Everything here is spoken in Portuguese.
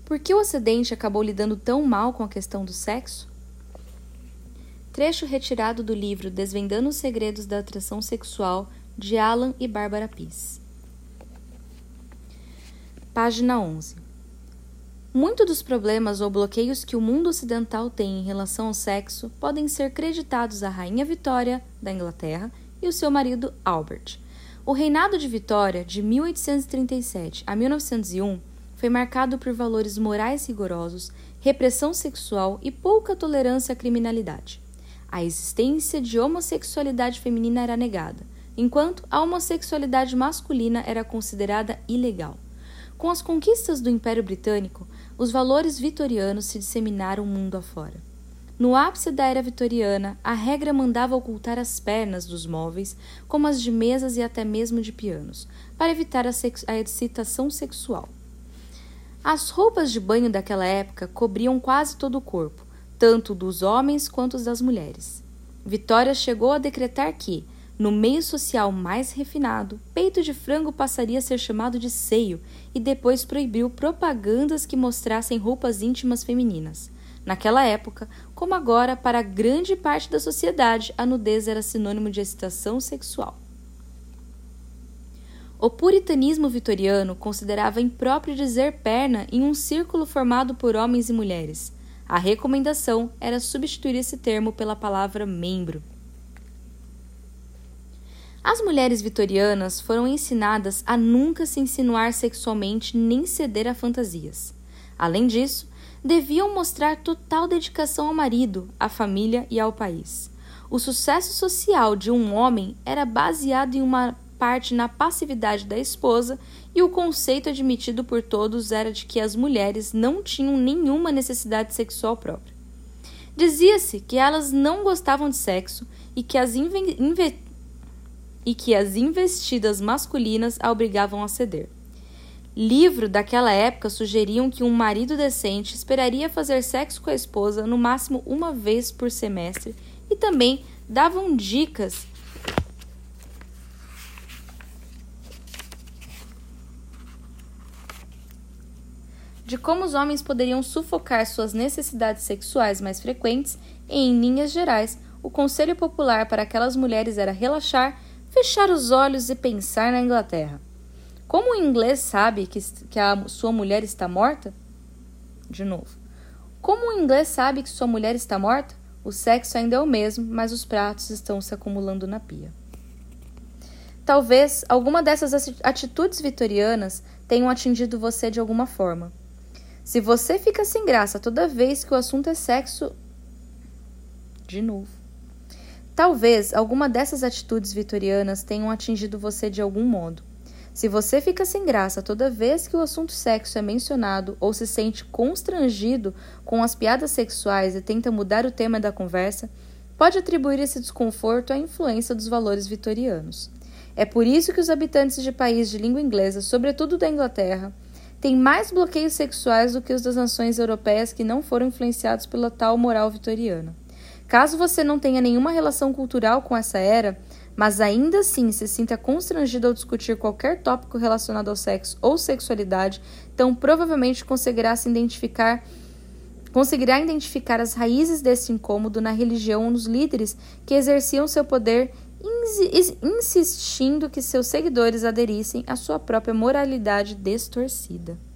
Por que o Ocidente acabou lidando tão mal com a questão do sexo? Trecho retirado do livro Desvendando os Segredos da Atração Sexual, de Alan e Barbara Pease. Página 11. Muitos dos problemas ou bloqueios que o mundo ocidental tem em relação ao sexo podem ser creditados à Rainha Vitória, da Inglaterra, e o seu marido Albert. O reinado de Vitória, de 1837 a 1901, foi marcado por valores morais rigorosos, repressão sexual e pouca tolerância à criminalidade. A existência de homossexualidade feminina era negada, enquanto a homossexualidade masculina era considerada ilegal. Com as conquistas do Império Britânico, os valores vitorianos se disseminaram mundo afora. No ápice da era vitoriana, a regra mandava ocultar as pernas dos móveis, como as de mesas e até mesmo de pianos, para evitar a excitação sexual. As roupas de banho daquela época cobriam quase todo o corpo, tanto dos homens quanto das mulheres. Vitória chegou a decretar que, no meio social mais refinado, peito de frango passaria a ser chamado de seio e depois proibiu propagandas que mostrassem roupas íntimas femininas. Naquela época, como agora, para grande parte da sociedade, a nudez era sinônimo de excitação sexual. O puritanismo vitoriano considerava impróprio dizer perna em um círculo formado por homens e mulheres. A recomendação era substituir esse termo pela palavra membro. As mulheres vitorianas foram ensinadas a nunca se insinuar sexualmente nem ceder a fantasias. Além disso, deviam mostrar total dedicação ao marido, à família e ao país. O sucesso social de um homem era baseado em uma parte na passividade da esposa e o conceito admitido por todos era de que as mulheres não tinham nenhuma necessidade sexual própria. Dizia-se que elas não gostavam de sexo e que as investidas masculinas a obrigavam a ceder. Livros daquela época sugeriam que um marido decente esperaria fazer sexo com a esposa no máximo uma vez por semestre e também davam dicas de como os homens poderiam sufocar suas necessidades sexuais mais frequentes e, em linhas gerais, o conselho popular para aquelas mulheres era relaxar, fechar os olhos e pensar na Inglaterra. Como o inglês sabe que a sua mulher está morta? De novo. Como o inglês sabe que sua mulher está morta? O sexo ainda é o mesmo, mas os pratos estão se acumulando na pia. Talvez alguma dessas atitudes vitorianas tenham atingido você de alguma forma. Se você fica sem graça toda vez que o assunto é sexo... De novo. Talvez alguma dessas atitudes vitorianas tenham atingido você de algum modo. Se você fica sem graça toda vez que o assunto sexo é mencionado ou se sente constrangido com as piadas sexuais e tenta mudar o tema da conversa, pode atribuir esse desconforto à influência dos valores vitorianos. É por isso que os habitantes de países de língua inglesa, sobretudo da Inglaterra, têm mais bloqueios sexuais do que os das nações europeias que não foram influenciados pela tal moral vitoriana. Caso você não tenha nenhuma relação cultural com essa era, mas ainda assim se sinta constrangido ao discutir qualquer tópico relacionado ao sexo ou sexualidade, então provavelmente conseguirá identificar as raízes desse incômodo na religião ou nos líderes que exerciam seu poder insistindo que seus seguidores aderissem à sua própria moralidade distorcida.